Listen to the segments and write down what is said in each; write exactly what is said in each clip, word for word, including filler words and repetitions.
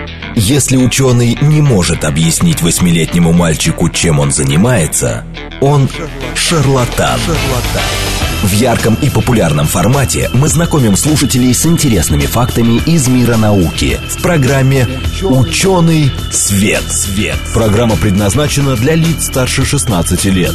Если ученый не может объяснить восьмилетнему мальчику, чем он занимается, он шарлатан. В ярком и популярном формате мы знакомим слушателей с интересными фактами из мира науки в программе «Ученый свет». Свет. Программа предназначена для лиц старше шестнадцати лет.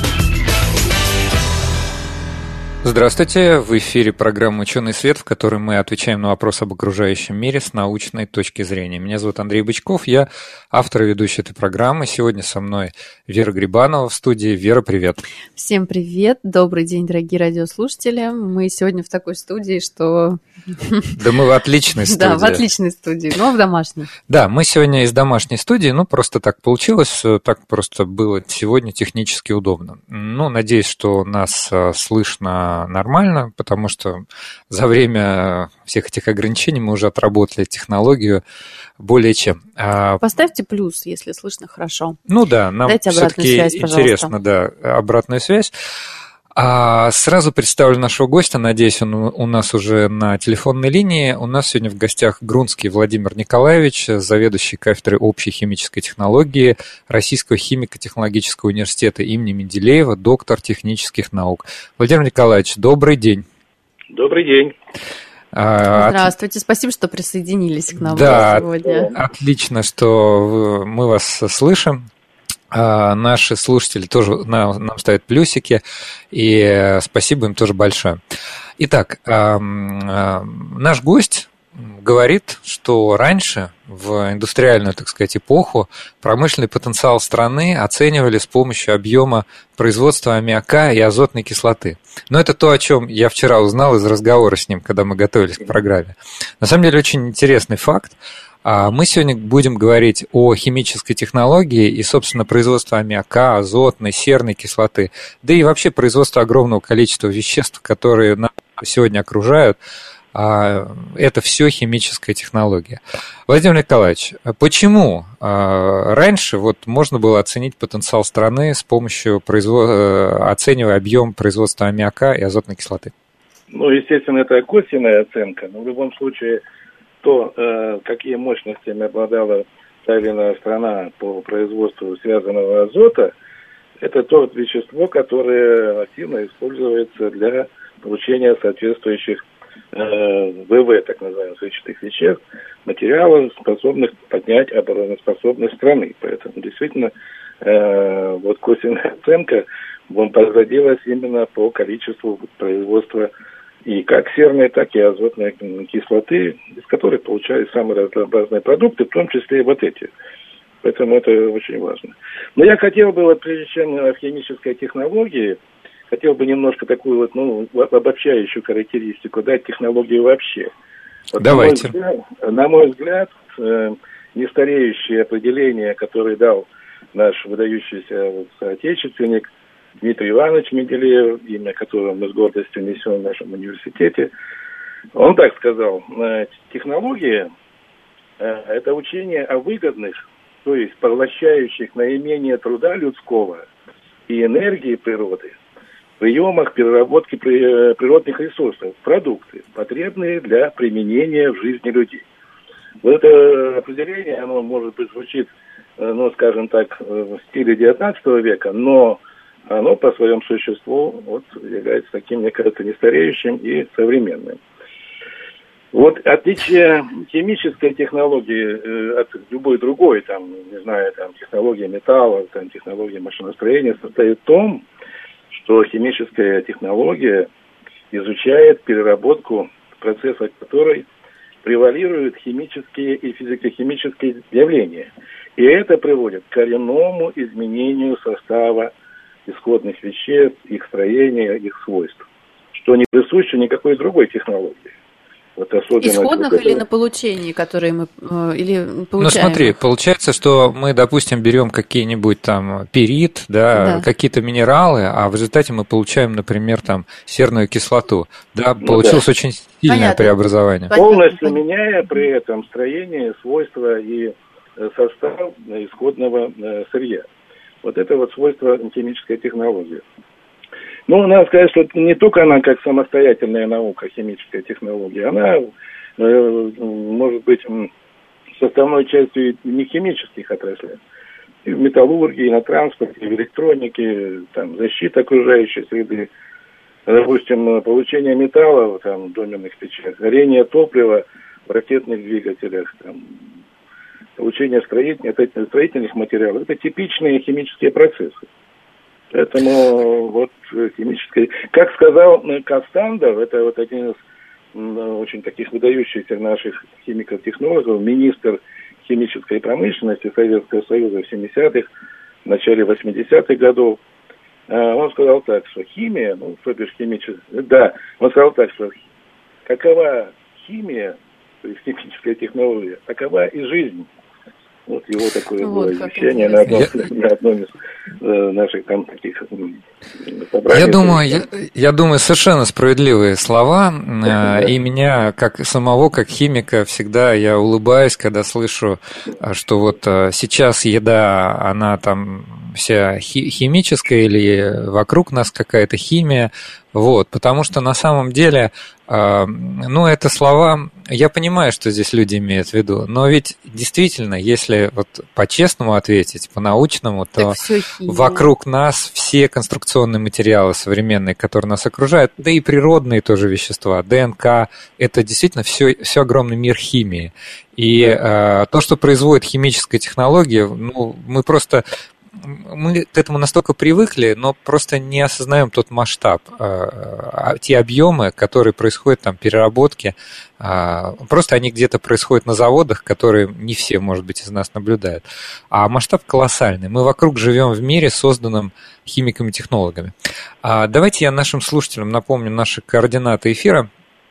Здравствуйте, в эфире программа «Ученый свет», в которой мы отвечаем на вопросы об окружающем мире с научной точки зрения. Меня зовут Андрей Бычков, я автор и ведущий этой программы. Сегодня со мной Вера Грибанова в студии. Вера, привет. Всем привет, добрый день, дорогие радиослушатели. Мы сегодня в такой студии, что... Да мы в отличной студии. Да, в отличной студии, но в домашней. Да, мы сегодня из домашней студии, ну просто так получилось, так просто было сегодня технически удобно. Ну, надеюсь, что нас слышно нормально, потому что за время всех этих ограничений мы уже отработали технологию более чем. Поставьте плюс, если слышно хорошо. Ну да, нам Дайте обратную связь, интересно, да, обратную связь. А сразу представлю нашего гостя, надеюсь, он у нас уже на телефонной линии. У нас сегодня в гостях Грунский Владимир Николаевич, заведующий кафедрой общей химической технологии Российского химико-технологического университета имени Менделеева, доктор технических наук. Владимир Николаевич, добрый день. Добрый день. Здравствуйте, спасибо, что присоединились к нам да, сегодня. Отлично, что мы вас слышим. А наши слушатели тоже нам ставят плюсики, и спасибо им тоже большое. Итак, наш гость говорит, что раньше, в индустриальную, так сказать, эпоху, промышленный потенциал страны оценивали с помощью объема производства аммиака и азотной кислоты. Но это то, о чем я вчера узнал из разговора с ним, когда мы готовились к программе. На самом деле, очень интересный факт. Мы сегодня будем говорить о химической технологии и, собственно, производстве аммиака, азотной, серной кислоты, да и вообще производство огромного количества веществ, которые нас сегодня окружают. Это все химическая технология. Владимир Николаевич, почему раньше вот можно было оценить потенциал страны с помощью производ... оценивая объем производства аммиака и азотной кислоты? Ну, естественно, это косвенная оценка, но в любом случае то, э, какие мощностями обладала та или иная страна по производству связанного азота, это то вещество, которое активно используется для получения соответствующих э, ВВ, так называемых взрывчатых веществ, материалов, способных поднять обороноспособность страны. Поэтому действительно э, вот косвенная оценка производилась именно по количеству производства и как серной, так и азотной кислоты, из которой получались самые разнообразные продукты, в том числе и вот эти. Поэтому это очень важно. Но я хотел бы, вот, прежде чем в химической технологии, хотел бы немножко такую вот, ну, обобщающую характеристику дать технологии вообще. Вот, давайте. На мой взгляд, на мой взгляд э, нестареющее определение, которое дал наш выдающийся вот, соотечественник Дмитрий Иванович Менделеев, имя которого мы с гордостью несем в нашем университете, он так сказал: технология – это учение о выгодных, то есть поглощающих наименее труда людского и энергии природы, приемах переработки природных ресурсов, продукты, потребные для применения в жизни людей. Вот это определение, оно, может быть, звучит, ну, скажем так, в стиле девятнадцатого века, но оно по своему существу вот, является таким, мне кажется, нестареющим и современным. Вот отличие химической технологии э, от любой другой, там, не знаю, там, технологии металла, там, технологии машиностроения состоит в том, что химическая технология изучает переработку, в процессах которой превалируют химические и физико-химические явления. И это приводит к коренному изменению состава исходных веществ, их строения, их свойств, что не присуще никакой другой технологии. Вот исходных вот или на получении, которые мы или получаем? Ну смотри, получается, что мы, допустим, берем какие-нибудь там пирит, да, да. какие-то минералы, а в результате мы получаем, например, там серную кислоту. Да, ну, получилось да. очень сильное Понятно. преобразование. Полностью Понятно. меняя при этом строение, свойства и состав исходного сырья. Вот это вот свойство химической технологии. Ну, надо сказать, что не только она как самостоятельная наука, химическая технология, она э, может быть составной частью не химических отраслей. И в металлургии, и на транспорте, и в электронике, там, защита окружающей среды, допустим, получение металлов, там, доменных печах, горение топлива в ракетных двигателях, там, получение строительных, строительных материалов. Это типичные химические процессы. Поэтому вот химическое... Как сказал Костандов, это вот один из очень таких выдающихся наших химиков-технологов, министр химической промышленности Советского Союза в семидесятых, в начале восьмидесятых годов, он сказал так, что химия, ну, то бишь химическая... Да, он сказал так, что какова химия, то есть химическая технология, такова и жизнь. Вот его такое вот, было вещание на одном, я... на одном из э, наших там таких собраний. Я думаю, я, я думаю, совершенно справедливые слова. Да. И меня, как самого, как химика, всегда я улыбаюсь, когда слышу, что вот сейчас еда, она там вся химическая или вокруг нас какая-то химия. Вот, потому что на самом деле, э, ну, это слова, я понимаю, что здесь люди имеют в виду, но ведь действительно, если вот по-честному ответить, по-научному, то вокруг нас все конструкционные материалы современные, которые нас окружают, да и природные тоже вещества, ДНК, это действительно все, все огромный мир химии. И э, то, что производит химическая технология, ну, мы просто... Мы к этому настолько привыкли, но просто не осознаем тот масштаб, те объемы, которые происходят там, переработки. Просто они где-то происходят на заводах, которые не все, может быть, из нас наблюдают. А масштаб колоссальный. Мы вокруг живем в мире, созданном химиками-технологами. Давайте я нашим слушателям напомню наши координаты эфира.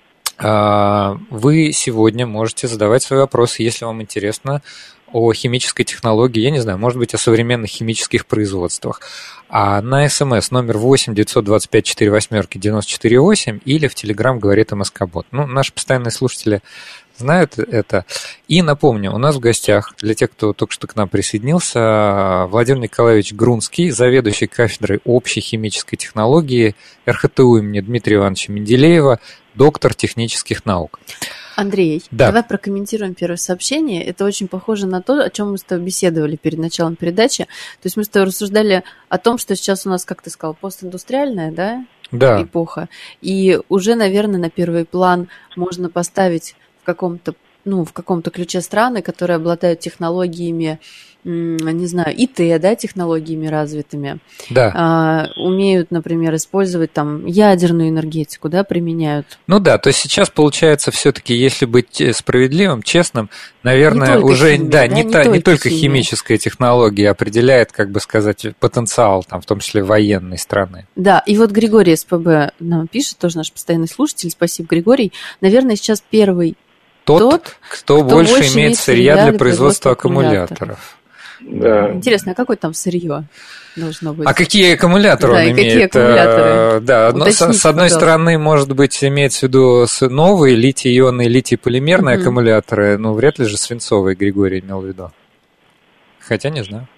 Вы сегодня можете задавать свои вопросы, если вам интересно о химической технологии, я не знаю, может быть, о современных химических производствах. А на СМС номер восемь девятьсот двадцать пять сорок восемь девяносто четыре восемь или в Телеграм говорит МСК-бот. Ну, наши постоянные слушатели знают это. И напомню, у нас в гостях, для тех, кто только что к нам присоединился, Владимир Николаевич Грунский, заведующий кафедрой общей химической технологии эр ха тэ у имени Дмитрия Ивановича Менделеева, доктор технических наук. Андрей, да. Давай прокомментируем первое сообщение. Это очень похоже на то, о чем мы с тобой беседовали перед началом передачи. То есть мы с тобой рассуждали о том, что сейчас у нас, как ты сказал, постиндустриальная, да, да. эпоха. И уже, наверное, на первый план можно поставить в каком-то, ну, в каком-то ключе страны, которые обладают технологиями, не знаю, ай ти, да, технологиями развитыми, да. а, умеют, например, использовать там ядерную энергетику, да, применяют. Ну да, то есть сейчас получается все-таки, если быть справедливым, честным, наверное, уже химия, да, да, не, не, та, не только химия. Химическая технология определяет, как бы сказать, потенциал, там, в том числе военной страны. Да, и вот Григорий СПБ нам пишет, тоже наш постоянный слушатель, спасибо, Григорий. Наверное, сейчас первый тот, тот кто, кто больше, больше имеет сырья для производства аккумуляторов. аккумуляторов. Да. Интересно, а какое там сырье должно быть? А какие аккумуляторы да, он и имеет? Какие аккумуляторы? Да, но с, с одной пожалуйста. стороны, может быть, имеется в виду новые литий-ионные, литий-полимерные uh-huh. аккумуляторы, но вряд ли же свинцовые Григорий имел в виду. Хотя не знаю.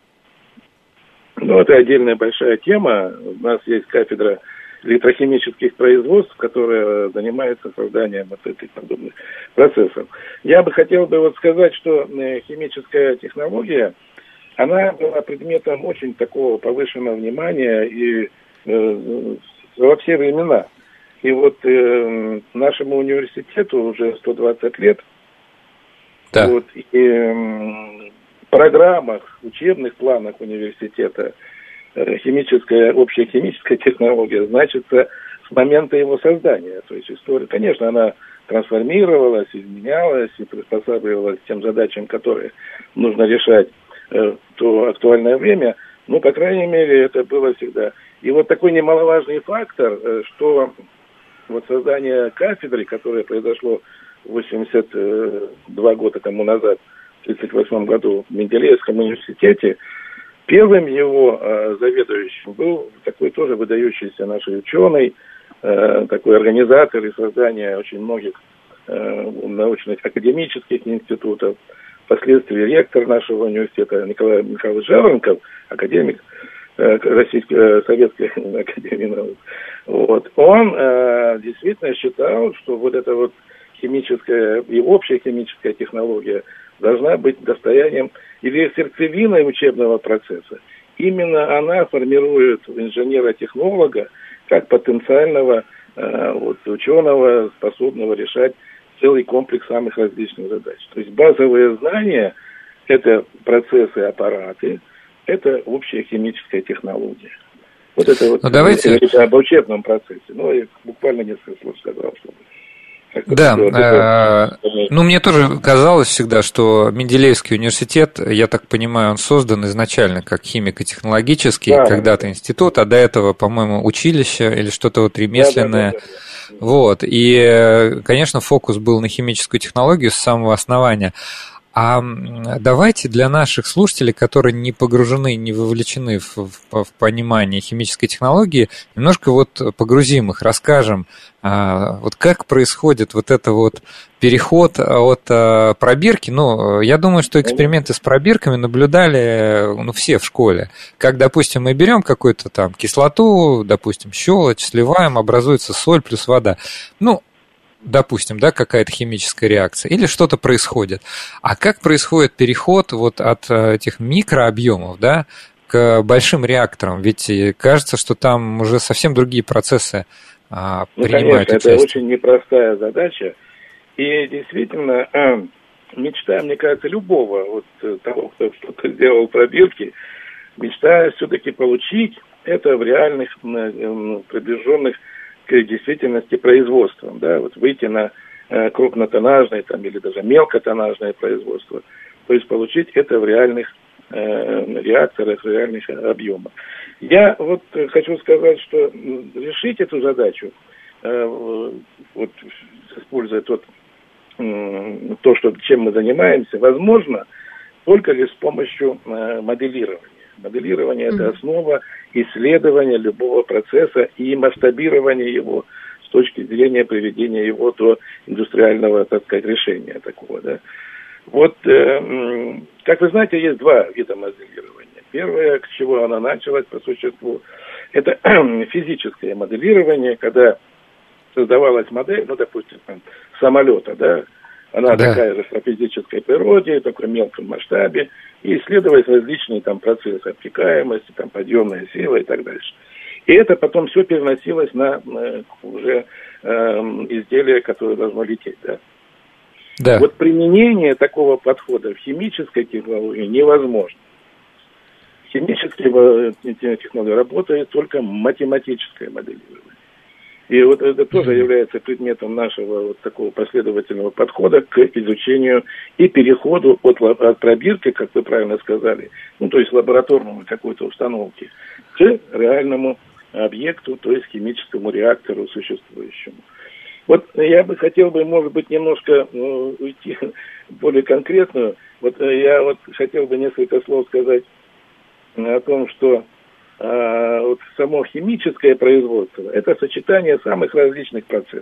Ну, это отдельная большая тема. У нас есть кафедра электрохимических производств, которая занимается созданием вот этих подобных процессов. Я бы хотел бы вот сказать, что химическая технология, она была предметом очень такого повышенного внимания и э, во все времена. И вот э, нашему университету уже сто двадцать лет. Да. Вот, и э, в программах, учебных планах университета э, химическая, общая химическая технология значится с момента его создания. То есть история, конечно, она трансформировалась, изменялась и приспосабливалась к тем задачам, которые нужно решать в то актуальное время, ну, по крайней мере, это было всегда. И вот такой немаловажный фактор, что вот создание кафедры, которое произошло восемьдесят два года тому назад, в тридцать восьмом году в Менделеевском университете, первым его заведующим был такой тоже выдающийся наш ученый, такой организатор и создания очень многих научных академических институтов, впоследствии ректор нашего университета Николай Михайлович Жаворонков, академик э, Российской, э, Советской академии наук. Вот. Он э, действительно считал, что вот эта вот химическая и общая химическая технология должна быть достоянием или сердцевиной учебного процесса. Именно она формирует инженера-технолога как потенциального э, вот, ученого, способного решать целый комплекс самых различных задач. То есть базовые знания – это процессы, аппараты, это общая химическая технология. Вот это вот ну, давайте... об учебном процессе. Ну, я буквально несколько слов сказал, чтобы... Да, э, ну мне тоже казалось всегда, что Менделеевский университет, я так понимаю, он создан изначально как химико-технологический, да, когда-то институт, а до этого, по-моему, училище или что-то вот ремесленное. Да, да, да, да. Вот, и, конечно, фокус был на химическую технологию с самого основания. А давайте для наших слушателей, которые не погружены, не вовлечены в, в, в понимание химической технологии, немножко вот погрузим их, расскажем, а, вот как происходит вот это вот переход от а, пробирки. Ну, я думаю, что эксперименты с пробирками наблюдали ну, все в школе. Как, допустим, мы берем какую-то там кислоту, допустим, щелочь, сливаем, образуется соль плюс вода. Ну, допустим, да, какая-то химическая реакция, или что-то происходит. А как происходит переход вот от этих микрообъемов, да, к большим реакторам? Ведь кажется, что там уже совсем другие процессы а, ну, принимают конечно, участие. Это очень непростая задача. И действительно, мечта, мне кажется, любого вот того, кто что-то сделал пробирки, мечта все-таки получить это в реальных приближенных к действительности производством, да, вот выйти на э, крупнотоннажное там, или даже мелкотоннажное производство, то есть получить это в реальных э, реакторах, в реальных объемах. Я вот хочу сказать, что решить эту задачу, э, вот, используя тот, э, то, что, чем мы занимаемся, возможно только лишь с помощью э, моделирования. Моделирование – это основа исследования любого процесса и масштабирования его с точки зрения приведения его до индустриального, так сказать, решения такого, да. Вот, э, как вы знаете, есть два вида моделирования. Первое, с чего она началась по существу, это физическое моделирование, когда создавалась модель, ну, допустим, там, самолета, да, она да. такая же по физической природе, в таком мелком масштабе, и исследовать различные там процессы обтекаемости, там подъемная сила и так дальше. И это потом все переносилось на э, уже э, изделие, которое должно лететь, да? Да. Вот применение такого подхода в химической технологии невозможно. В химической технологии работает только математическое моделирование. И вот это тоже является предметом нашего вот такого последовательного подхода к изучению и переходу от, от пробирки, как вы правильно сказали, ну то есть лабораторному какой-то установке, к реальному объекту, то есть химическому реактору существующему. Вот я бы хотел бы, может быть, немножко ну, уйти более конкретно. Вот я вот хотел бы несколько слов сказать о том, что а, вот само химическое производство – это сочетание самых различных процессов.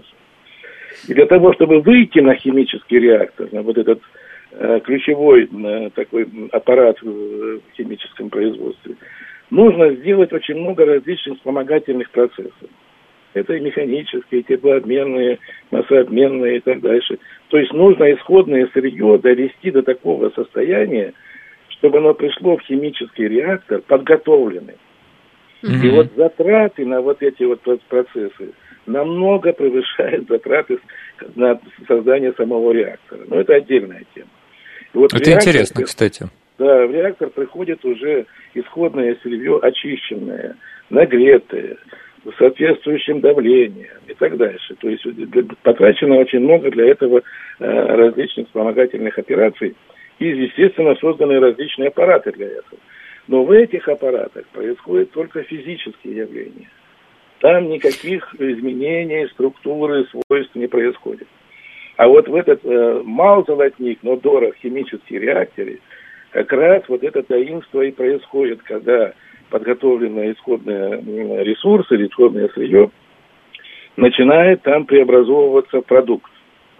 И для того, чтобы выйти на химический реактор, на вот этот а, ключевой а, такой аппарат в химическом производстве, нужно сделать очень много различных вспомогательных процессов. Это и механические, и теплообменные, массообменные и так дальше. То есть нужно исходное сырье довести до такого состояния, чтобы оно пришло в химический реактор подготовленным. Mm-hmm. И вот затраты на вот эти вот процессы намного превышают затраты на создание самого реактора. Но это отдельная тема. И вот это реактор, интересно, кстати. Да, в реактор приходит уже исходное сырье очищенное, нагретое, с соответствующим давлением и так дальше. То есть потрачено очень много для этого э, различных вспомогательных операций и, естественно, созданы различные аппараты для этого. Но в этих аппаратах происходят только физические явления. Там никаких изменений структуры, свойств не происходит. А вот в этот э, мал золотник, но дорог химический реакторе, как раз вот это таинство и происходит, когда подготовленные исходные ресурсы, исходное сырье, начинает там преобразовываться в продукт.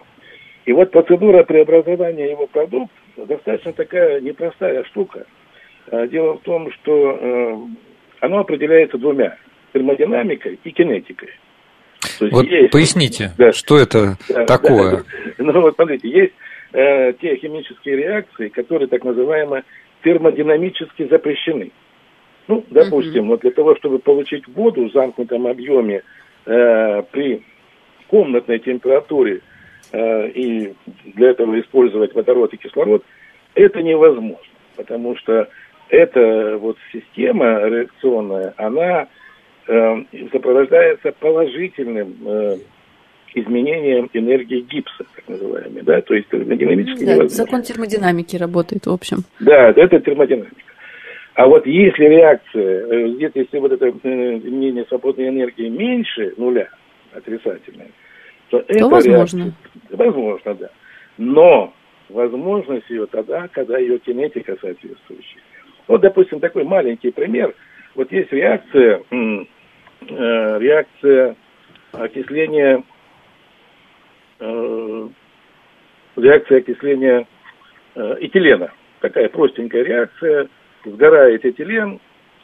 И вот процедура преобразования его в продукт достаточно такая непростая штука. Дело в том, что э, оно определяется двумя – термодинамикой и кинетикой. То есть вот есть, поясните, да, что это да, такое? Да, ну вот смотрите, есть э, те химические реакции, которые так называемо термодинамически запрещены. Ну, допустим, mm-hmm. вот для того, чтобы получить воду в замкнутом объеме э, при комнатной температуре э, и для этого использовать водород и кислород, это невозможно, потому что эта вот система реакционная, она э, сопровождается положительным э, изменением энергии Гиббса, так называемой, да, то есть термодинамически да, невозможно. Закон термодинамики работает, в общем. Да, это термодинамика. А вот если реакция, где-то если вот это изменение свободной энергии меньше нуля, отрицательное, то, то это возможно. Реакция, возможно, да. Но возможность ее тогда, когда ее кинетика соответствующая. Вот, допустим, такой маленький пример. Вот есть реакция, э, реакция окисления, э, реакция окисления э, этилена. Такая простенькая реакция. Сгорает этилен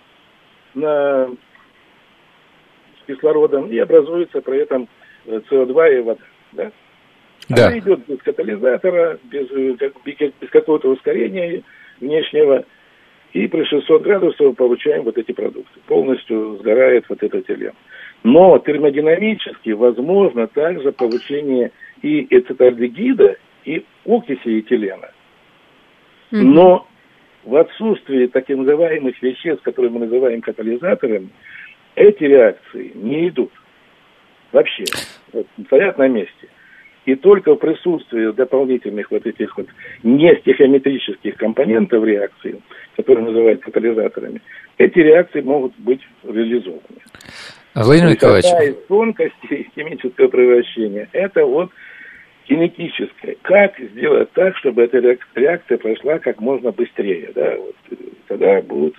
на, с кислородом и образуется при этом СО2 и вода. Да? Да. Она идет без катализатора, без, без какого-то ускорения внешнего. И при шестисот градусах получаем вот эти продукты. Полностью сгорает вот этот этилен. Но термодинамически возможно также получение и ацетальдегида, и окиси этилена. Mm-hmm. Но в отсутствии так называемых веществ, которые мы называем катализаторами, эти реакции не идут. Вообще. Вот, стоят на месте. И только в присутствии дополнительных вот этих вот нестихиометрических компонентов реакции, которые называют катализаторами, эти реакции могут быть реализованы. Владимир Николаевич. Одна из тонкостей химического превращения – это вот кинетическое. Как сделать так, чтобы эта реакция прошла как можно быстрее. Да? Вот, тогда будет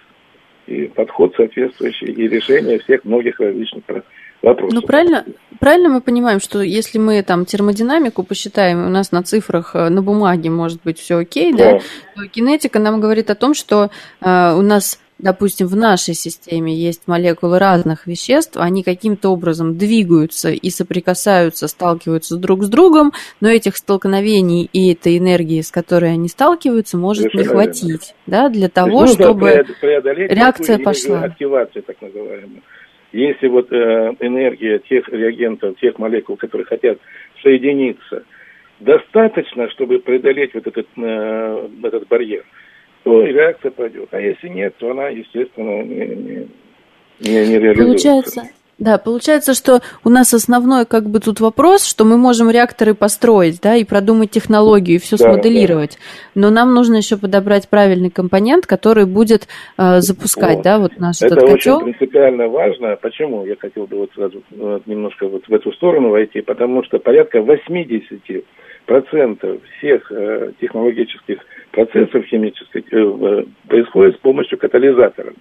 и подход соответствующий, и решение всех многих различных вопросов. Ну, правильно, правильно мы понимаем, что если мы там термодинамику посчитаем, у нас на цифрах, на бумаге может быть все окей, да, да, то кинетика нам говорит о том, что э, у нас, допустим, в нашей системе есть молекулы разных веществ, они каким-то образом двигаются и соприкасаются, сталкиваются друг с другом, но этих столкновений и этой энергии, с которой они сталкиваются, может Совершенно не хватить, да, для того, чтобы реакция пошла. Активация, так называемая. Если вот э, энергия тех реагентов, тех молекул, которые хотят соединиться, достаточно, чтобы преодолеть вот этот, э, этот барьер, то реакция пойдет. А если нет, то она, естественно, не, не, не реализуется. Получается, да, получается, что у нас основной как бы тут вопрос, что мы можем реакторы построить, да, и продумать технологию, и все да, смоделировать. Да. Но нам нужно еще подобрать правильный компонент, который будет э, запускать, вот. да, вот наш Это этот котел. Это очень принципиально важно. Почему? Я хотел бы вот сразу вот, немножко вот в эту сторону войти, потому что порядка восемьдесят процентов всех э, технологических процессов химических э, происходит с помощью катализаторов.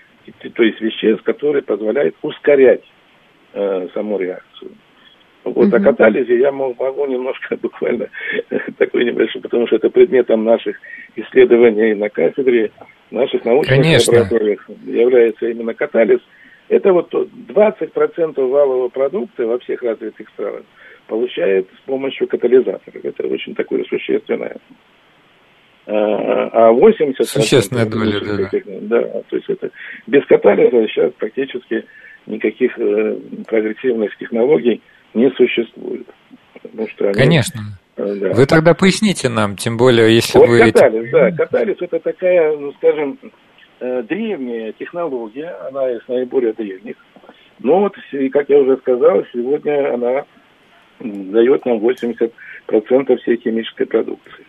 То есть веществ, которые позволяют ускорять э, саму реакцию. Вот uh-huh. о катализе я могу, могу немножко буквально такой небольшой, потому что это предметом наших исследований на кафедре, наших научных Конечно. лабораториях является именно катализ. Это вот двадцать процентов валового продукта во всех развитых странах получает с помощью катализаторов. Это очень такое существенное. А восемьдесят процентов... Существенная доля, да. Да, то есть это без катализа сейчас практически никаких э, прогрессивных технологий не существует. Потому что они, Конечно. Э, да. Вы тогда поясните нам, тем более, если вот вы... катализ, да. Катализ это такая, ну, скажем, э, древняя технология, она из наиболее древних. Но вот, как я уже сказал, сегодня она дает нам восемьдесят процентов всей химической продукции.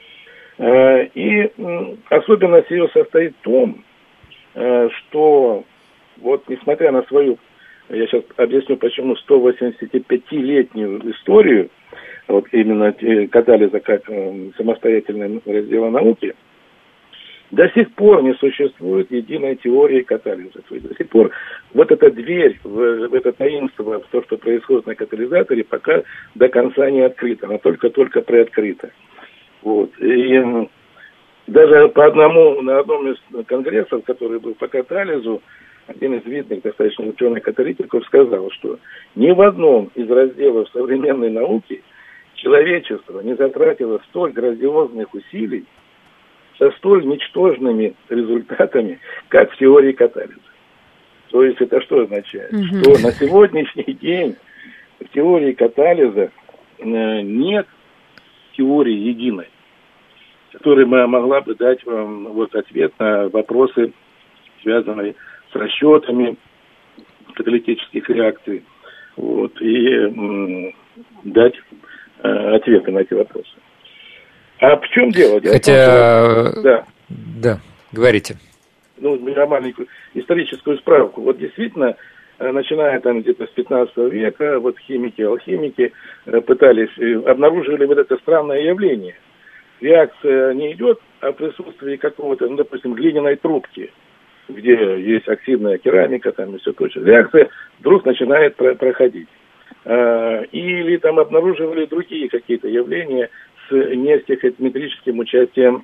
И особенность ее состоит в том, что вот несмотря на свою, я сейчас объясню почему, сто восьмидесятипятилетнюю историю, вот именно катализа как самостоятельного раздела науки, до сих пор не существует единой теории катализа. То есть до сих пор вот эта дверь, в, в это таинство, в то, что происходит на катализаторе, пока до конца не открыта, она только-только приоткрыта. Вот. И даже по одному, на одном из конгрессов, который был по катализу, один из видных достаточно ученых-каталитиков сказал, что ни в одном из разделов современной науки человечество не затратило столь грандиозных усилий со столь ничтожными результатами, как в теории катализа. То есть это что означает? Mm-hmm. Что на сегодняшний день в теории катализа нет теории единой, которая могла бы дать вам вот ответ на вопросы, связанные с расчетами каталитических реакций, вот, и м, дать э, ответы на эти вопросы. А в чем дело? дело Хотя... том, что... Да. Да, говорите. Ну, маленькую историческую справку. Вот действительно, начиная там где-то с пятнадцатого века, вот химики, алхимики пытались, обнаруживали вот это странное явление. Реакция не идет, а в присутствии какого-то, ну, допустим, глиняной трубки, где есть оксидная керамика, там и все прочее. Реакция вдруг начинает про- проходить. А, или там обнаруживали другие какие-то явления с нестихометрическим участием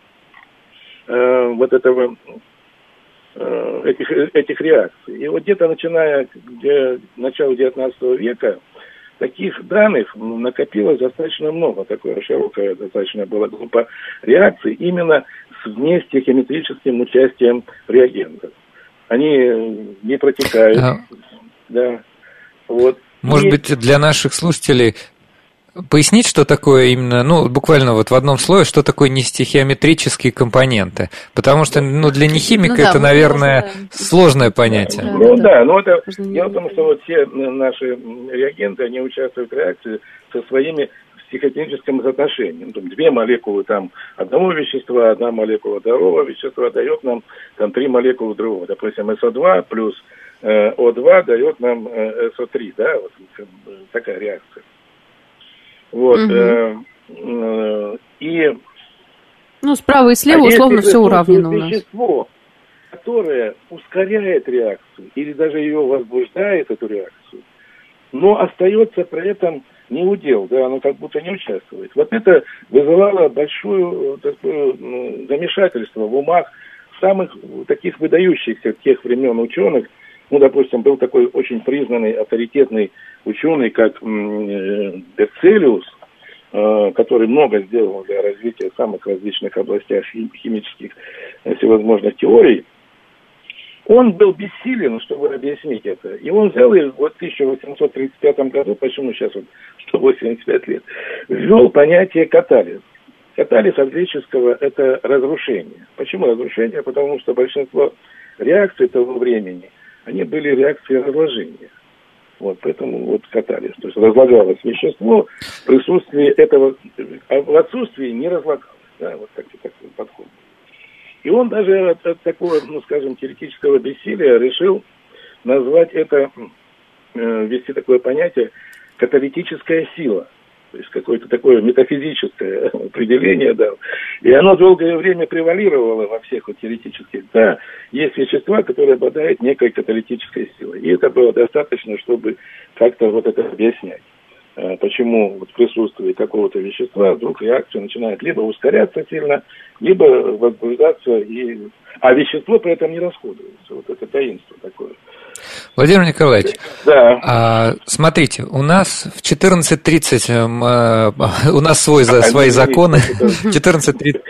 а, вот этого, а, этих, этих реакций. И вот где-то начиная где, начала девятнадцатого века таких данных накопилось достаточно много, такое широкая достаточно была группа реакций именно с внестихометрическим участием реагентов. Они не протекают, а... да, вот. Может И... быть, для наших слушателей пояснить, что такое именно, ну, буквально вот в одном слове, что такое нестихиометрические компоненты? Потому что, ну, для нехимика ну, да, это, наверное, можно... сложное понятие. Да, ну, да, да, но это дело в том, что вот все наши реагенты, они участвуют в реакции со своими психотехническим соотношением. Там, две молекулы там, одного вещества, одна молекула другого вещества дает нам там, три молекулы другого. Допустим, эс о два плюс э, о два дает нам э, эс о три, да, вот такая реакция. Вот. Угу. Э, э, и... Ну, справа и слева, а условно, все уравнено у нас. Вещество, которое ускоряет реакцию или даже ее возбуждает, эту реакцию, но остается при этом не удел, да, оно как будто не участвует. Вот это вызывало большое такое, ну, замешательство в умах самых таких выдающихся тех времен ученых. Ну, допустим, был такой очень признанный, авторитетный ученый, как Берцелиус, который много сделал для развития самых различных областях химических всевозможных теорий. Он был бессилен, чтобы объяснить это. И он взял и вот в тысяча восемьсот тридцать пятом году, почему сейчас вот сто восемьдесят пять лет, ввел понятие катализ. Катализ от греческого – это разрушение. Почему разрушение? Потому что большинство реакций того времени, они были реакции разложения. Вот, поэтому вот катализ. То есть разлагалось вещество в присутствии этого, а в отсутствии не разлагалось. Да, вот такой, такой подход. И он даже от, от такого, ну, скажем, теоретического бессилия решил назвать это, э, ввести такое понятие каталитическая сила. То есть какое-то такое метафизическое определение дал. И оно долгое время превалировало во всех вот теоретических. Да, есть вещества, которые обладают некой каталитической силой. И это было достаточно, чтобы как-то вот это объяснять. Почему вот в присутствии какого-то вещества вдруг реакция начинает либо ускоряться сильно, либо возбуждаться, и... а вещество при этом не расходуется. Вот это таинство такое. Владимир Николаевич, да. а, смотрите, у нас в четырнадцать тридцать а, у нас свой, а, свои законы. В четырнадцать тридцать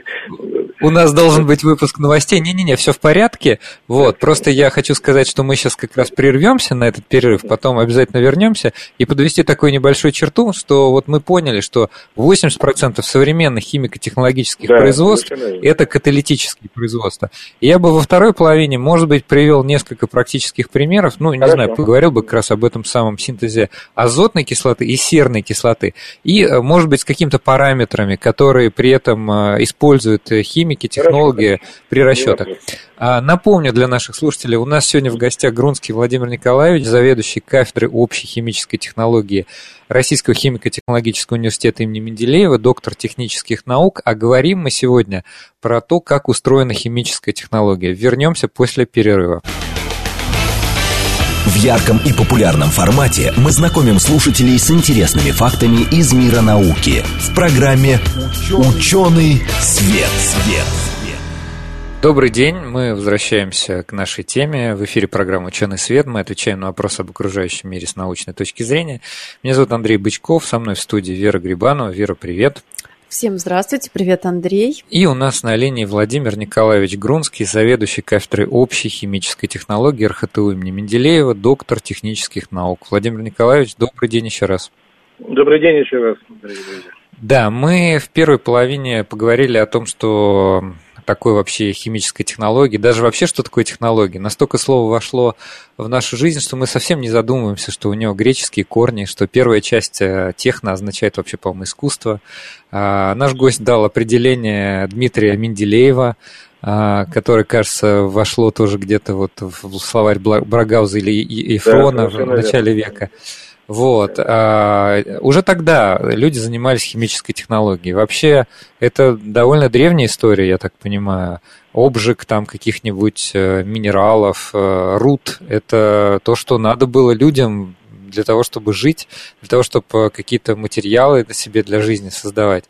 у нас должен быть выпуск новостей. Не-не-не, все в порядке. Вот, просто я хочу сказать, что мы сейчас как раз прервемся на этот перерыв, потом обязательно вернемся и подвести такую небольшую черту, что вот мы поняли, что восемьдесят процентов современных химико-технологических да, производств – это каталитические производства. И я бы во второй половине, может быть, привел несколько практических примеров, ну, не Хорошо. знаю, поговорил бы как раз об этом самом синтезе азотной кислоты и серной кислоты, и, может быть, с какими-то параметрами, которые при этом используют химики, технологии Хорошо. при расчетах. Напомню для наших слушателей, у нас сегодня в гостях Грунский Владимир Николаевич, заведующий кафедрой общей химической технологии Российского химико-технологического университета имени Менделеева, доктор технических наук. А говорим мы сегодня про то, как устроена химическая технология. Вернемся после перерыва. В ярком и популярном формате мы знакомим слушателей с интересными фактами из мира науки в программе «Ученый свет». свет. Добрый день, мы возвращаемся к нашей теме. В эфире программа «Ученый свет». Мы отвечаем на вопросы об окружающем мире с научной точки зрения. Меня зовут Андрей Бычков, со мной в студии Вера Грибанова. Вера, привет. Всем здравствуйте, привет, Андрей. И у нас на линии Владимир Николаевич Грунский, заведующий кафедрой общей химической технологии эр ха тэ у имени Менделеева, доктор технических наук. Владимир Николаевич, добрый день еще раз. Добрый день еще раз, дорогие друзья. Да, мы в первой половине поговорили о том, что такой вообще химической технологии, даже вообще, что такое технология. Настолько слово вошло в нашу жизнь, что мы совсем не задумываемся, что у него греческие корни, что первая часть техно означает вообще, по-моему, искусство. Наш гость дал определение Дмитрия Менделеева, которое, кажется, вошло тоже где-то вот в словарь Брагауза или Ефрона, да, в начале века. Вот. А, уже тогда люди занимались химической технологией. Вообще, это довольно древняя история, я так понимаю. Обжиг там каких-нибудь минералов, руд – это то, что надо было людям для того, чтобы жить, для того, чтобы какие-то материалы себе для жизни создавать.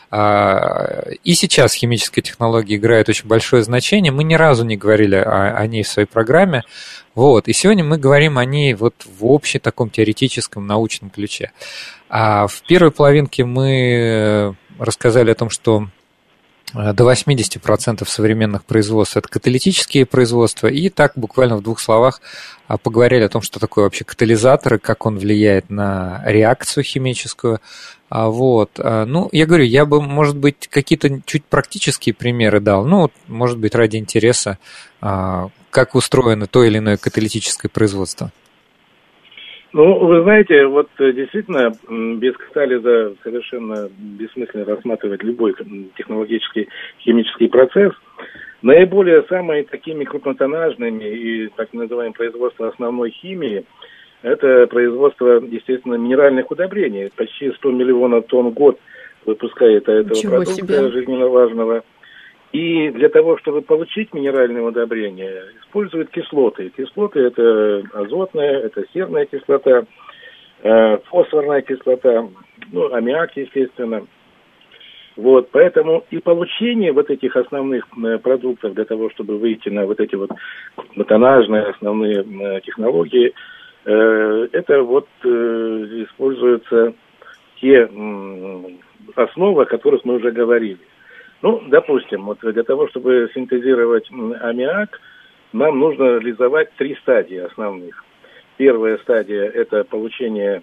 И сейчас химическая технология играет очень большое значение. Мы ни разу не говорили о, о ней в своей программе. Вот. И сегодня мы говорим о ней вот в общем таком теоретическом научном ключе. А в первой половинке мы рассказали о том, что до восемьдесят процентов современных производств – это каталитические производства. И так буквально в двух словах поговорили о том, что такое вообще катализатор и как он влияет на реакцию химическую. Вот. Ну, я говорю, я бы, может быть, какие-то чуть практические примеры дал. Ну, может быть, ради интереса, как устроено то или иное каталитическое производство. Ну, вы знаете, вот действительно без катализа совершенно бессмысленно рассматривать любой технологический химический процесс. Наиболее самыми такими крупнотоннажными и так называемым производством основной химии – это производство, естественно, минеральных удобрений. Почти сто миллионов тонн в год выпускает этого Ничего продукта себе. Жизненно важного. И для того, чтобы получить минеральные удобрения, используют кислоты. Кислоты – это азотная, это серная кислота, фосфорная кислота, ну, аммиак, естественно. Вот, поэтому и получение вот этих основных продуктов для того, чтобы выйти на вот эти вот тоннажные основные технологии, это вот используются те основы, о которых мы уже говорили. Ну, допустим, вот для того, чтобы синтезировать аммиак, нам нужно реализовать три стадии основных. Первая стадия – это получение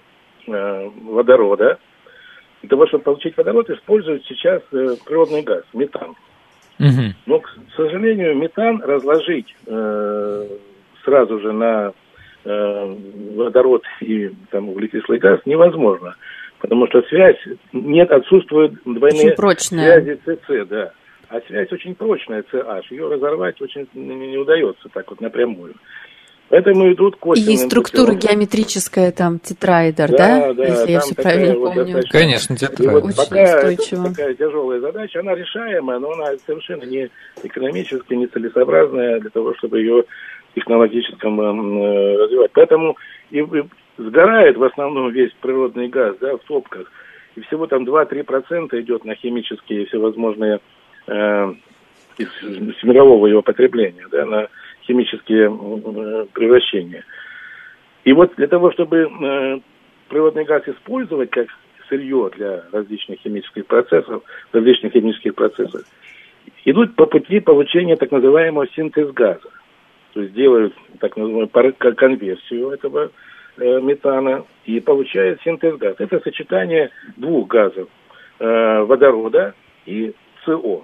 э, водорода. Для того, чтобы получить водород, используют сейчас э, природный газ, метан. Mm-hmm. Но, к сожалению, метан разложить э, сразу же на э, водород и там, углекислый газ невозможно. Потому что связь, нет, отсутствуют двойные связи СС, да. А связь очень прочная, CH, ее разорвать очень не удается так вот напрямую. Поэтому идут косвенным И структура путем. Геометрическая, там, тетраэдр, да? Да, да. Если я все правильно вот помню. Достаточно... Конечно, тетраэдр. Вот очень пока устойчиво. это такая тяжелая задача, она решаемая, но она совершенно не экономически, не целесообразная для того, чтобы ее технологическом э, развивать. Поэтому и, и сгорает в основном весь природный газ, да, в топках. И всего там два-три процента идет на химические всевозможные э, из, из мирового его потребления, да, на химические э, превращения. И вот для того, чтобы э, природный газ использовать как сырье для различных химических процессов, различных химических процессов, идут по пути получения так называемого синтез газа. То есть делают так называемую конверсию этого э, метана и получают синтез газа. Это сочетание двух газов, э, водорода и СО.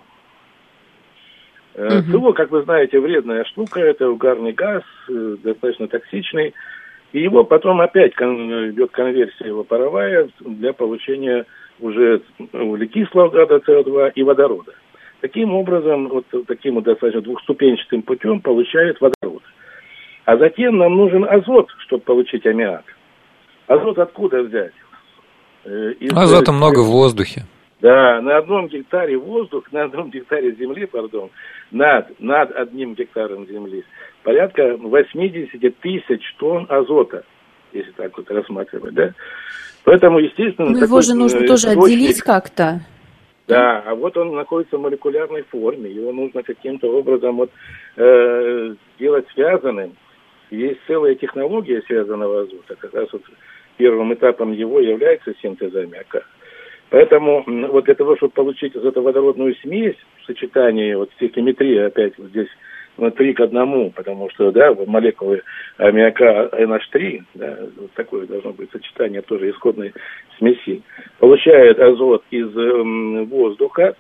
Uh-huh. СО, как вы знаете, вредная штука, это угарный газ, достаточно токсичный, и его потом опять кон- идет конверсия его паровая для получения уже углекислого газа С О два и водорода. Таким образом, вот таким вот достаточно двухступенчатым путем получают водород. А затем нам нужен азот, чтобы получить аммиак. Азот откуда взять? Из, Азота много в воздухе. Да, на одном гектаре воздух, на одном гектаре земли, пардон, над, над одним гектаром земли порядка восемьдесят тысяч тонн азота, если так вот рассматривать, да. Поэтому, естественно... Ну, его же нужно тоже отделить как-то. Да, а вот он находится в молекулярной форме, его нужно каким-то образом вот, э, сделать связанным. Есть целая технология связанного азота, как раз вот первым этапом его является синтез аммиака. Поэтому вот для того, чтобы получить азотоводородную смесь в сочетании, вот стихиометрии опять вот здесь ну, три к одному, потому что, да, молекулы аммиака эн эйч три, да, вот такое должно быть сочетание тоже исходной смеси, получает азот из э, воздуха,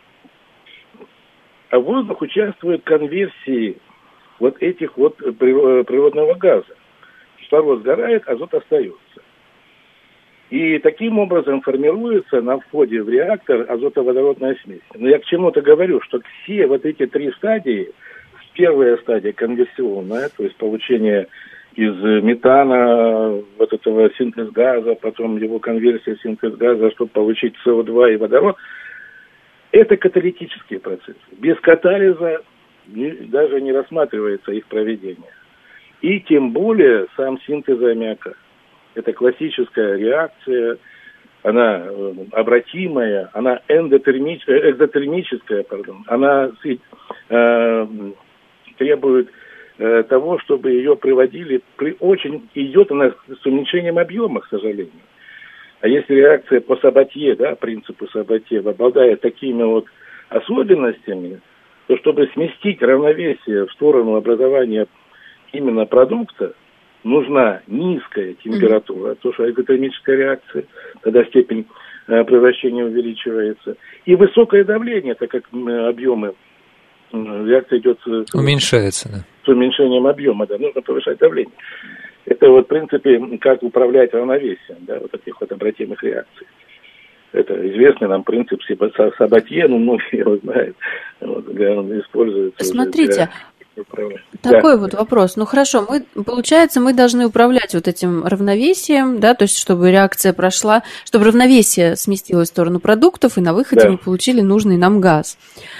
а воздух участвует в конверсии вот этих вот природного газа. Кислород сгорает, азот остается. И таким образом формируется на входе в реактор азотоводородная смесь. Но я к чему-то говорю, что все вот эти три стадии, первая стадия конверсионная, то есть получение из метана, вот этого синтез газа, потом его конверсия в синтез газа, чтобы получить эс о два и водород, это каталитические процессы. Без катализа даже не рассматривается их проведение. И тем более сам синтез аммиака. Это классическая реакция, она э, обратимая, она эндотермическая, экзотермическая, пардон, она э, требует э, того, чтобы ее приводили, при очень идет она с уменьшением объема, к сожалению. А если реакция по Сабатье, да, принципу Сабатье, обладает такими вот особенностями, то чтобы сместить равновесие в сторону образования именно продукта, нужна низкая температура, mm-hmm. то, что экзотермическая реакция, тогда степень э, превращения увеличивается, и высокое давление, так как э, объемы э, реакция идет с, уменьшается, да. с уменьшением объема, да, нужно повышать давление. Это вот, в принципе, как управлять равновесием, да, вот этих вот обратимых реакций. Это известный нам принцип Сабатье, но многие его знают, вот, он используется. Смотрите, такой да. вот вопрос. Ну хорошо, мы, получается, мы должны управлять вот этим равновесием, да, то есть чтобы реакция прошла, чтобы равновесие сместилось в сторону продуктов, и на выходе да. мы получили нужный нам газ.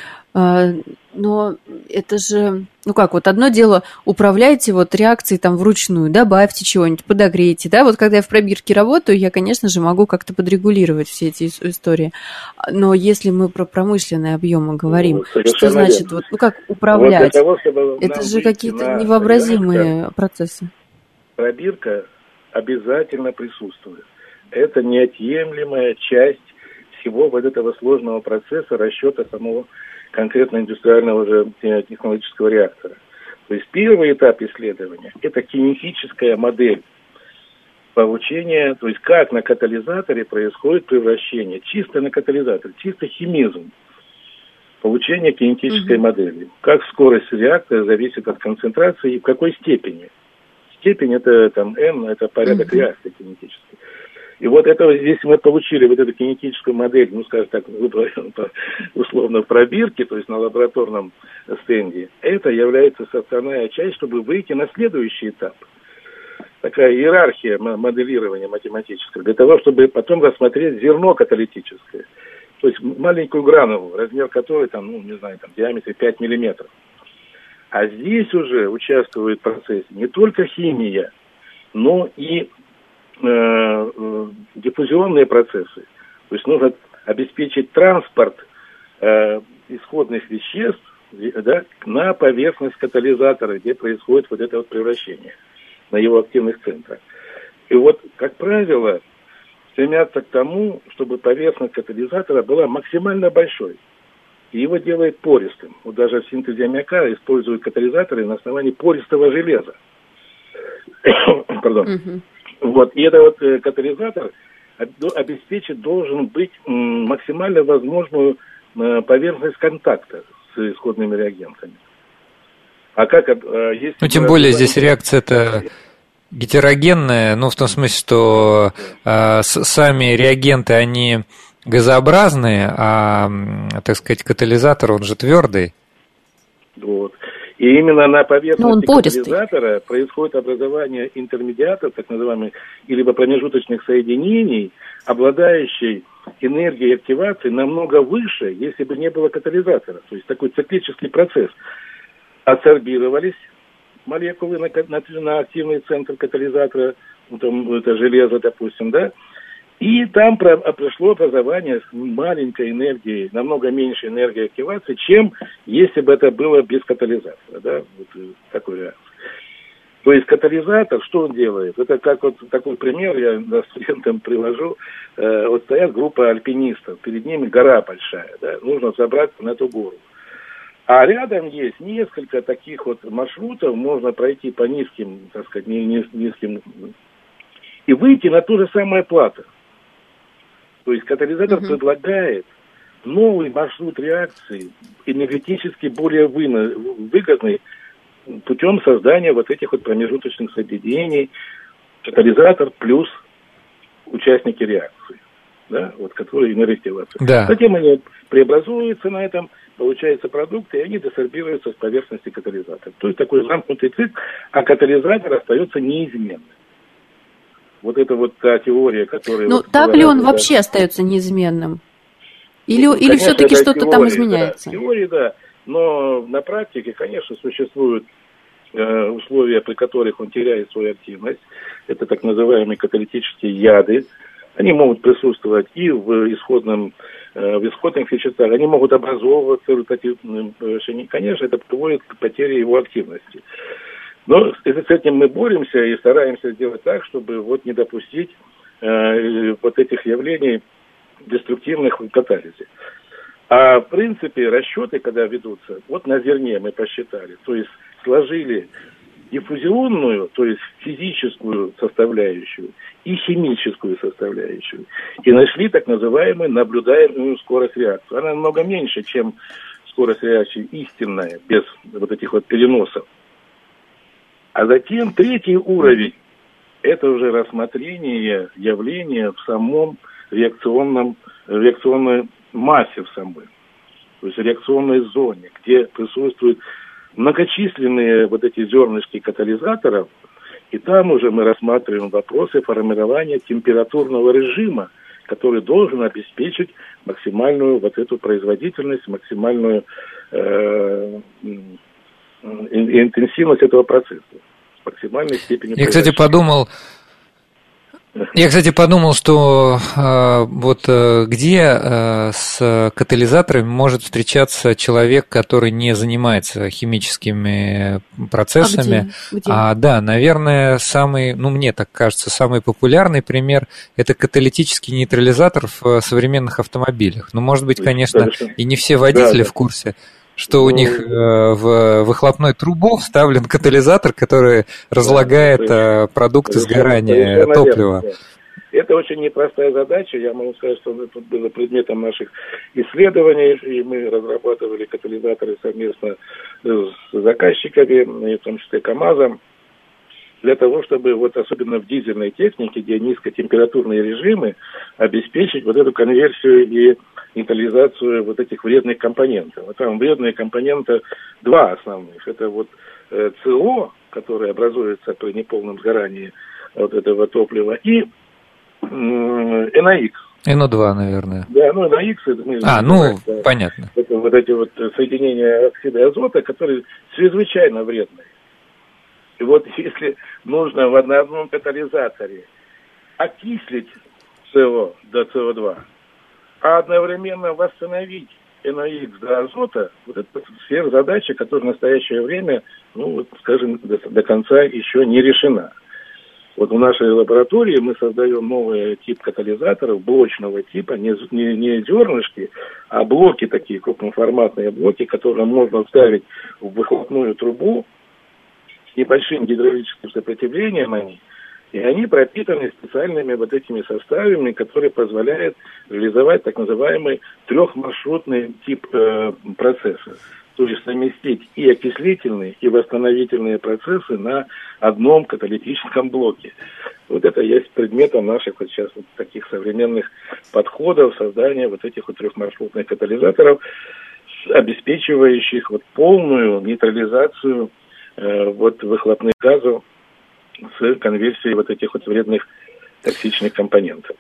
Но это же, ну как, вот одно дело, управляйте вот реакцией там вручную, добавьте чего-нибудь, подогрейте, да, вот когда я в пробирке работаю, я, конечно же, могу как-то подрегулировать все эти истории, но если мы про промышленные объемы говорим, ну, что значит, вот, ну как управлять, вот того, это же какие-то невообразимые реактор, процессы. Пробирка обязательно присутствует, это неотъемлемая часть всего вот этого сложного процесса расчета самого конкретно индустриального же технологического реактора. То есть первый этап исследования – это кинетическая модель получения, то есть как на катализаторе происходит превращение, чисто на катализаторе, чисто химизм, получение кинетической mm-hmm. модели. Как скорость реактора зависит от концентрации и в какой степени. Степень – это там m, это порядок mm-hmm. реакции кинетической. И вот это здесь мы получили вот эту кинетическую модель, ну, скажем так, условно в пробирке, то есть на лабораторном стенде. Это является составная часть, чтобы выйти на следующий этап. Такая иерархия моделирования математического, для того, чтобы потом рассмотреть зерно каталитическое. То есть маленькую гранулу, размер которой, там, ну, не знаю, там, в диаметре пять миллиметров. А здесь уже участвует в процессе не только химия, но и диффузионные процессы. То есть нужно обеспечить транспорт э, исходных веществ, да, на поверхность катализатора, где происходит вот это вот превращение, на его активных центрах. И вот, как правило, стремятся к тому, чтобы поверхность катализатора была максимально большой. И его делает пористым. Вот даже в синтезе аммиака используют катализаторы на основании пористого железа. Пардон. Mm-hmm. Вот, и этот вот э, катализатор обеспечить должен быть м, максимально возможную э, поверхность контакта с исходными реагентами. А как э, если... Ну, тем более здесь реакция-то гетерогенная, ну, в том смысле, что э, с, сами реагенты, они газообразные, а, так сказать, катализатор, он же твердый. Вот. И именно на поверхности катализатора происходит образование интермедиатов, так называемых, или промежуточных соединений, обладающих энергией активации намного выше, если бы не было катализатора. То есть такой циклический процесс. Адсорбировались молекулы на, на, на активный центр катализатора, ну, там, это железо, допустим, да, И там про, пришло образование с маленькой энергией, намного меньше энергии активации, чем если бы это было без катализатора. Да? Вот такой реакции. То есть катализатор, что он делает? Это как вот такой пример, я студентам привожу. Э, вот стоят группа альпинистов, перед ними гора большая, да? Нужно забраться на эту гору. А рядом есть несколько таких вот маршрутов, можно пройти по низким, так сказать, низким, и выйти на то же самое плато. То есть катализатор uh-huh. предлагает новый маршрут реакции, энергетически более выгодный, путем создания вот этих вот промежуточных соединений, катализатор плюс участники реакции, да, вот, которые энергетизируются. Да. Затем они преобразуются на этом, получаются продукты, и они десорбируются с поверхности катализатора. То есть такой замкнутый цикл, а катализатор остается неизменным. Вот это вот та теория, которая... Ну, вот, так говорят, ли он да, вообще остается неизменным? Или, ну, или конечно, все-таки что-то теория, там изменяется? Да, теория, да. Но на практике, конечно, существуют э, условия, при которых он теряет свою активность. Это так называемые каталитические яды. Они могут присутствовать и в исходном, э, в исходных веществах. Они могут образовываться в результате решения. Конечно, это приводит к потере его активности. Но с этим мы боремся и стараемся сделать так, чтобы вот не допустить э, вот этих явлений деструктивных в катализе. А в принципе расчеты, когда ведутся, вот на зерне мы посчитали, то есть сложили диффузионную, то есть физическую составляющую и химическую составляющую, и нашли так называемую наблюдаемую скорость реакции. Она намного меньше, чем скорость реакции истинная, без вот этих вот переносов. А затем третий уровень – это уже рассмотрение явления в самом реакционном, реакционной массе в самой, то есть реакционной зоне, где присутствуют многочисленные вот эти зернышки катализаторов, и там уже мы рассматриваем вопросы формирования температурного режима, который должен обеспечить максимальную вот эту производительность, максимальную э, интенсивность этого процесса, максимальной степени. Я, кстати, подумал, Я, кстати, подумал, что э, вот э, где э, с катализаторами может встречаться человек, который не занимается химическими процессами. А где? Где? А, да, наверное, самый, ну, мне так кажется, самый популярный пример – это каталитический нейтрализатор в современных автомобилях. Ну, может быть, конечно, и не все водители да, да. в курсе, что у них э, в выхлопной трубу вставлен катализатор, который разлагает э, продукты сгорания топлива. Это очень непростая задача. Я могу сказать, что это было предметом наших исследований, и мы разрабатывали катализаторы совместно с заказчиками, в том числе КАМАЗом, для того, чтобы вот особенно в дизельной технике, где низкотемпературные режимы, обеспечить вот эту конверсию и нейтрализацию вот этих вредных компонентов. Вот там вредные компоненты два основных. Это вот э, СО, которое образуется при неполном сгорании вот этого топлива, и э, эн о икс. эн о два, наверное. Да, ну эн о икс. Это, мы, а, ну, это, понятно. Это вот эти вот соединения оксида азота, которые чрезвычайно вредные. И вот если нужно в одном катализаторе окислить СО до эс о два, а одновременно восстановить эн о икс до азота, вот это сверхзадача, которая в настоящее время, ну, вот, скажем, до, до конца еще не решена. Вот в нашей лаборатории мы создаем новый тип катализаторов, блочного типа, не, не, не зернышки, а блоки такие, крупноформатные блоки, которые можно вставить в выхлопную трубу с небольшим гидравлическим сопротивлением они, и они пропитаны специальными вот этими составами, которые позволяют реализовать так называемый трехмаршрутный тип э, процесса. То есть совместить и окислительные, и восстановительные процессы на одном каталитическом блоке. Вот это есть предметом наших вот сейчас вот таких современных подходов создания вот этих вот трехмаршрутных катализаторов, обеспечивающих вот полную нейтрализацию э, вот выхлопных газов с конверсией вот этих вот вредных токсичных компонентов.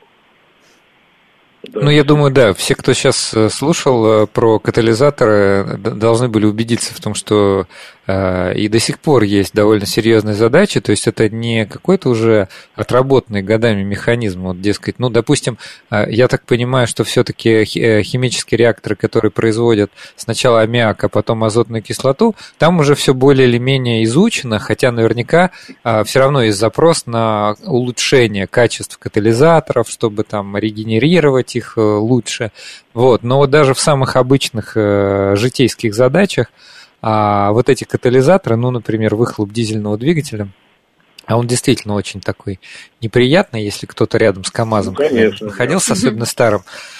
Да. Ну, я думаю, да, все, кто сейчас слушал про катализаторы, должны были убедиться в том, что и до сих пор есть довольно серьезные задачи, то есть это не какой-то уже отработанный годами механизм, вот, дескать, ну, допустим, я так понимаю, что все-таки химические реакторы, которые производят сначала аммиак, а потом азотную кислоту, там уже все более или менее изучено, хотя наверняка все равно есть запрос на улучшение качеств катализаторов, чтобы там регенерировать их лучше. Вот. Но вот даже в самых обычных э, житейских задачах а, вот эти катализаторы, ну, например, выхлоп дизельного двигателя, а он действительно очень такой неприятный, если кто-то рядом с КАМАЗом ну, конечно, находился, да. Особенно старым.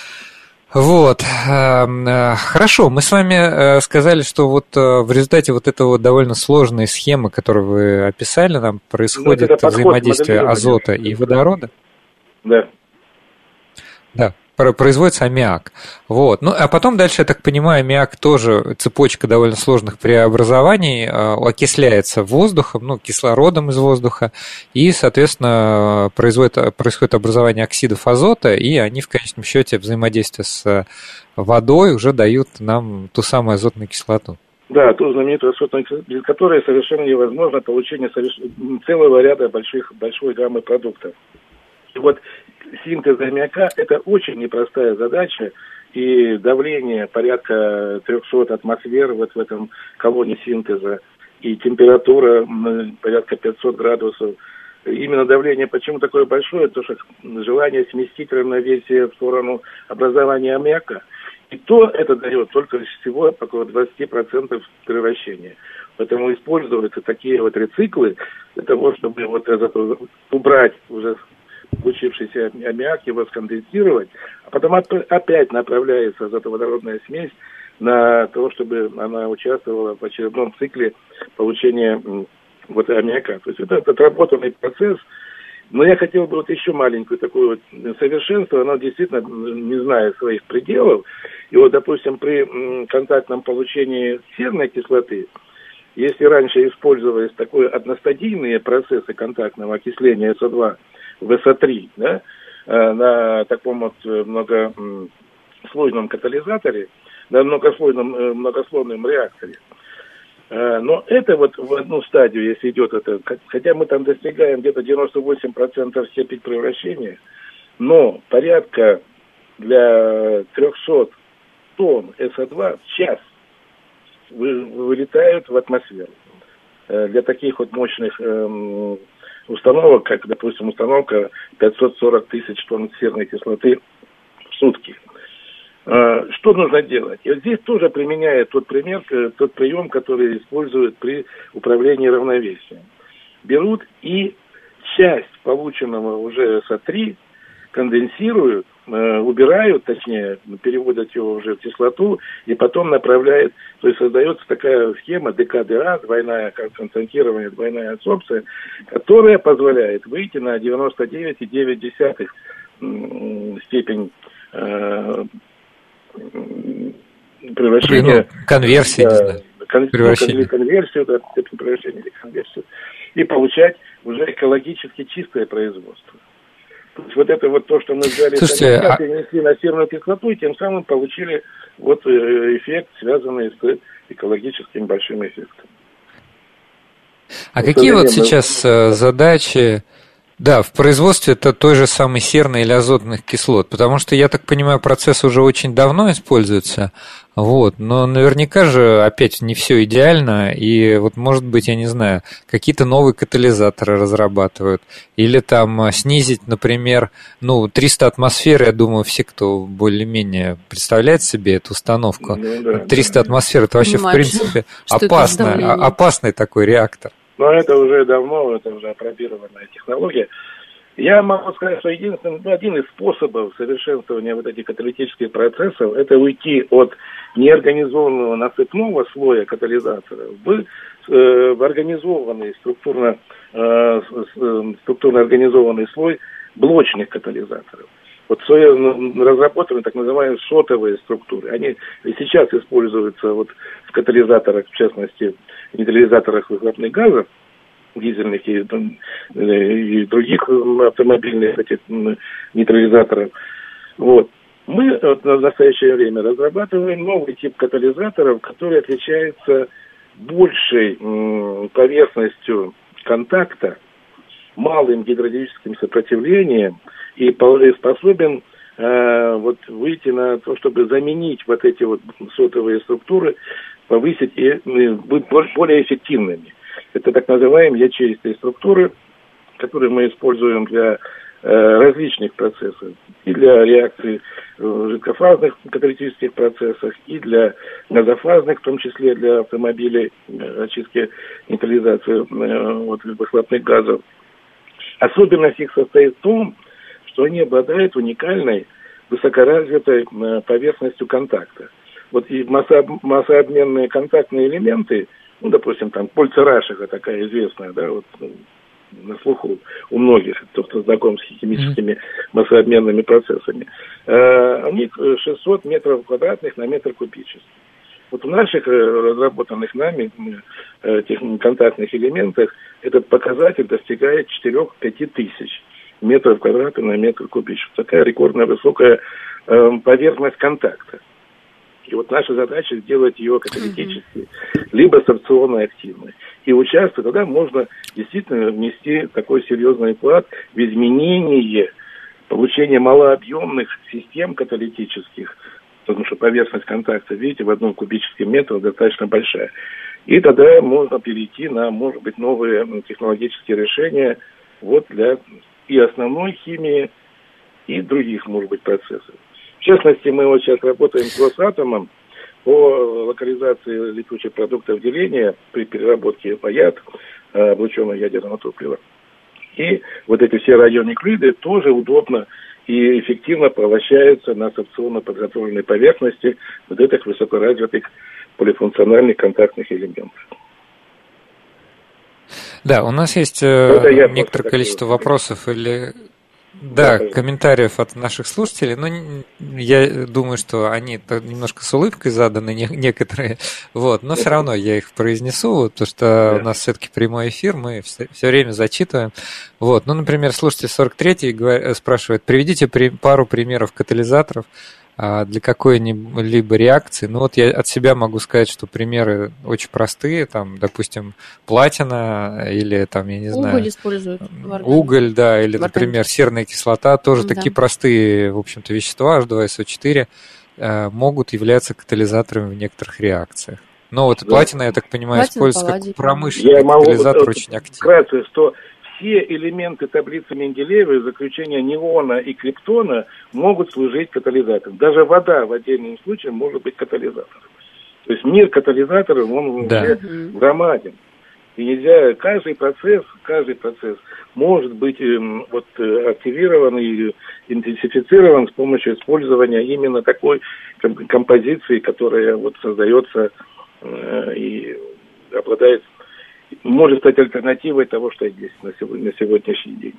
Вот. Хорошо, мы с вами сказали, что вот в результате вот этого довольно сложной схемы, которую вы описали, нам происходит ну, взаимодействие азота и водорода. Да. Да, производится аммиак. Вот. Ну, а потом дальше, я так понимаю, аммиак тоже цепочка довольно сложных преобразований, окисляется воздухом, ну, кислородом из воздуха, и, соответственно, производит, происходит образование оксидов азота, и они в конечном счете взаимодействие с водой уже дают нам ту самую азотную кислоту. Да, ту знаменитую азотную кислоту, без которой совершенно невозможно получение соверш... целого ряда больших, большой гаммы продуктов. И вот синтез аммиака – это очень непростая задача, и давление порядка трехсот атмосфер вот в этом колонне синтеза, и температура порядка пятьсот градусов. Именно давление почему такое большое? Потому что желание сместить равновесие в сторону образования аммиака. И то это дает только всего около двадцать процентов превращения. Поэтому используются такие вот рециклы для того, чтобы вот это убрать уже получившийся аммиак, его сконденсировать, а потом опять направляется азотоводородная смесь на то, чтобы она участвовала в очередном цикле получения вот аммиака. То есть это отработанный процесс. Но я хотел бы вот еще маленькую такую вот совершенство, оно действительно не знает своих пределов. И вот, допустим, при контактном получении серной кислоты, если раньше использовались такие одностадийные процессы контактного окисления эс о два в эс о три, да, на таком вот многослойном катализаторе, на многослойном, многослойном реакторе. Но это вот в одну стадию, если идет это, хотя мы там достигаем где-то девяносто восемь процентов степень превращения, но порядка для трехсот тонн эс о два в час вылетают в атмосферу. Для таких вот мощных эм, установок, как, допустим, установка пятьсот сорок тысяч тонн серной кислоты в сутки. Э, что нужно делать? И вот здесь тоже применяют тот пример, тот прием, который используют при управлении равновесием. Берут и часть полученного уже эс о три конденсируют, э, убирают, точнее, переводят его уже в кислоту и потом направляют. То есть создается такая схема дэ ка дэ а, двойное концентрирование, двойная адсорбция, которая позволяет выйти на девяносто девять целых девять десятых степень э, превращения. Ну, конверсии, да, не знаю. Кон, превращение. Конверсию, да, степень превращения или конверсию. И получать уже экологически чистое производство. То есть вот это вот то, что мы взяли, Слушайте, а... перенесли на серную кислоту, и тем самым получили вот эффект, связанный с экологическим большим эффектом. А вот какие вот сейчас мы... задачи, да, в производстве это той же самой серной или азотных кислот? Потому что, я так понимаю, процесс уже очень давно используется, вот, но наверняка же опять не все идеально, и вот, может быть, я не знаю, какие-то новые катализаторы разрабатывают, или там снизить, например, ну, триста атмосфер, я думаю, все, кто более-менее представляет себе эту установку, ну, да, триста да. атмосфер, это вообще, Понимаешь, в принципе, опасный, опасный такой реактор. Но это уже давно, это уже апробированная технология. Я могу сказать, что единственный, ну, один из способов совершенствования вот этих каталитических процессов – это уйти от неорганизованного насыпного слоя катализаторов в, э, в организованный, структурно, э, структурно организованный слой блочных катализаторов. Вот разработаны так называемые шотовые структуры. Они и сейчас используются вот в катализаторах, в частности, в нейтрализаторах выхлопных газов, дизельных и, и других автомобильных этих нейтрализаторов. Вот. Мы вот, в настоящее время разрабатываем новый тип катализаторов, который отличается большей м, поверхностью контакта, малым гидродинамическим сопротивлением и способен э, вот, выйти на то, чтобы заменить вот эти вот сотовые структуры, повысить и э, быть более эффективными. Это так называемые ячеистые структуры, которые мы используем для э, различных процессов. И для реакций в жидкофазных каталитических процессах, и для газофазных, в том числе для автомобилей, очистки, нейтрализации э, вот, выхлопных газов. Особенность их состоит в том, что они обладают уникальной высокоразвитой э, поверхностью контакта. Вот и масса, массообменные контактные элементы, ну, допустим, там кольца Рашега такая известная, да, вот на слуху у многих, кто, кто знаком с химическими массообменными процессами, э, они шестьсот метров квадратных на метр кубический. Вот в наших разработанных нами этих контактных элементах этот показатель достигает четыре-пять тысяч метров квадратных на метр кубический. Такая рекордно высокая э, поверхность контакта. И вот наша задача сделать ее каталитически, либо сорбционно активной. И участвовать, тогда можно действительно внести такой серьезный вклад в изменение получения малообъемных систем каталитических, потому что поверхность контакта, видите, в одном кубическом метре достаточно большая. И тогда можно перейти на, может быть, новые технологические решения вот для и основной химии, и других, может быть, процессов. В частности, мы вот сейчас работаем с Росатомом по локализации летучих продуктов деления при переработке ЯД, облученного ядерного топлива. И вот эти все радионуклиды тоже удобно и эффективно поглощаются на сорбционно подготовленной поверхности вот этих высокоразвитых полифункциональных контактных элементов. Да, у нас есть э, некоторое количество вопросов или... Да, комментариев от наших слушателей, но я думаю, что они немножко с улыбкой заданы некоторые, вот, но все равно я их произнесу, потому что у нас все-таки прямой эфир, мы все, все время зачитываем. Вот, ну, например, слушатель сорок третий спрашивает, приведите пару примеров катализаторов для какой-либо реакции. Ну вот я от себя могу сказать, что примеры очень простые, там, допустим, платина или там, я не знаю... Уголь используют. Уголь, да, или, например, серная кислота, тоже да. Такие простые, в общем-то, вещества, эйч два эс о четыре, могут являться катализаторами в некоторых реакциях. Но вот да. Платина, я так понимаю, платина, используется палладий. Как промышленный я катализатор могу, очень активно. Вкратце, что все элементы таблицы Менделеева, из заключения неона и криптона, могут служить катализатором. Даже вода в отдельном случае может быть катализатором. То есть мир катализаторов, он да. громаден. И нельзя, каждый процесс, каждый процесс может быть вот, активирован и интенсифицирован с помощью использования именно такой композиции, которая вот создается э, и обладает, может стать альтернативой того, что есть на, сегодня, на сегодняшний день.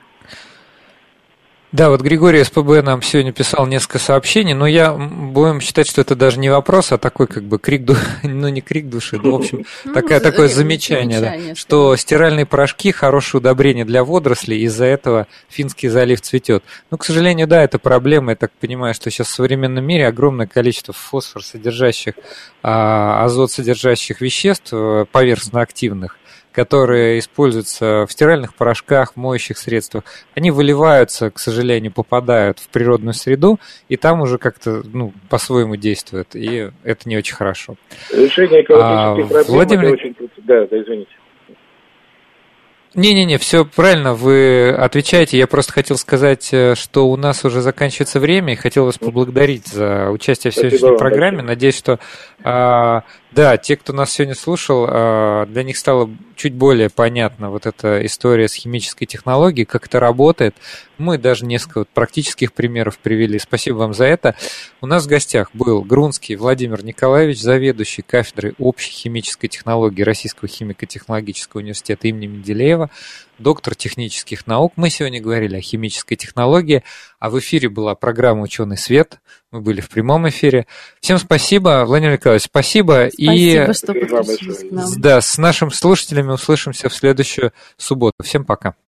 Да, вот Григорий СПБ нам сегодня писал несколько сообщений, но я будем считать, что это даже не вопрос, а такой как бы крик души, ну не крик души, ну в общем такое, такое замечание, да, что стиральные порошки хорошее удобрение для водорослей, из-за этого Финский залив цветет. Ну, к сожалению, да, это проблема, я так понимаю, что сейчас в современном мире огромное количество фосфор содержащих, азот содержащих веществ поверхностно активных, которые используются в стиральных порошках, в моющих средствах, они выливаются, к сожалению, попадают в природную среду, и там уже как-то ну, по-своему действуют, и это не очень хорошо. Решение экологических а, проблем Владимир... это очень... Да, да, извините. Не-не-не, все правильно, вы отвечаете. Я просто хотел сказать, что у нас уже заканчивается время, и хотел вас поблагодарить за участие в сегодняшней программе. Большое. Надеюсь, что а, да, те, кто нас сегодня слушал, а, для них стало чуть более понятна вот эта история с химической технологией, как это работает. Мы даже несколько вот практических примеров привели. Спасибо вам за это. У нас в гостях был Грунский Владимир Николаевич, заведующий кафедрой общей химической технологии Российского химико-технологического университета имени Менделеева, доктор технических наук. Мы сегодня говорили о химической технологии, а в эфире была программа «Ученый свет». Мы были в прямом эфире. Всем спасибо, Владимир Николаевич, спасибо. Спасибо, и что подключились к нам. Да, с нашими слушателями услышимся в следующую субботу. Всем пока.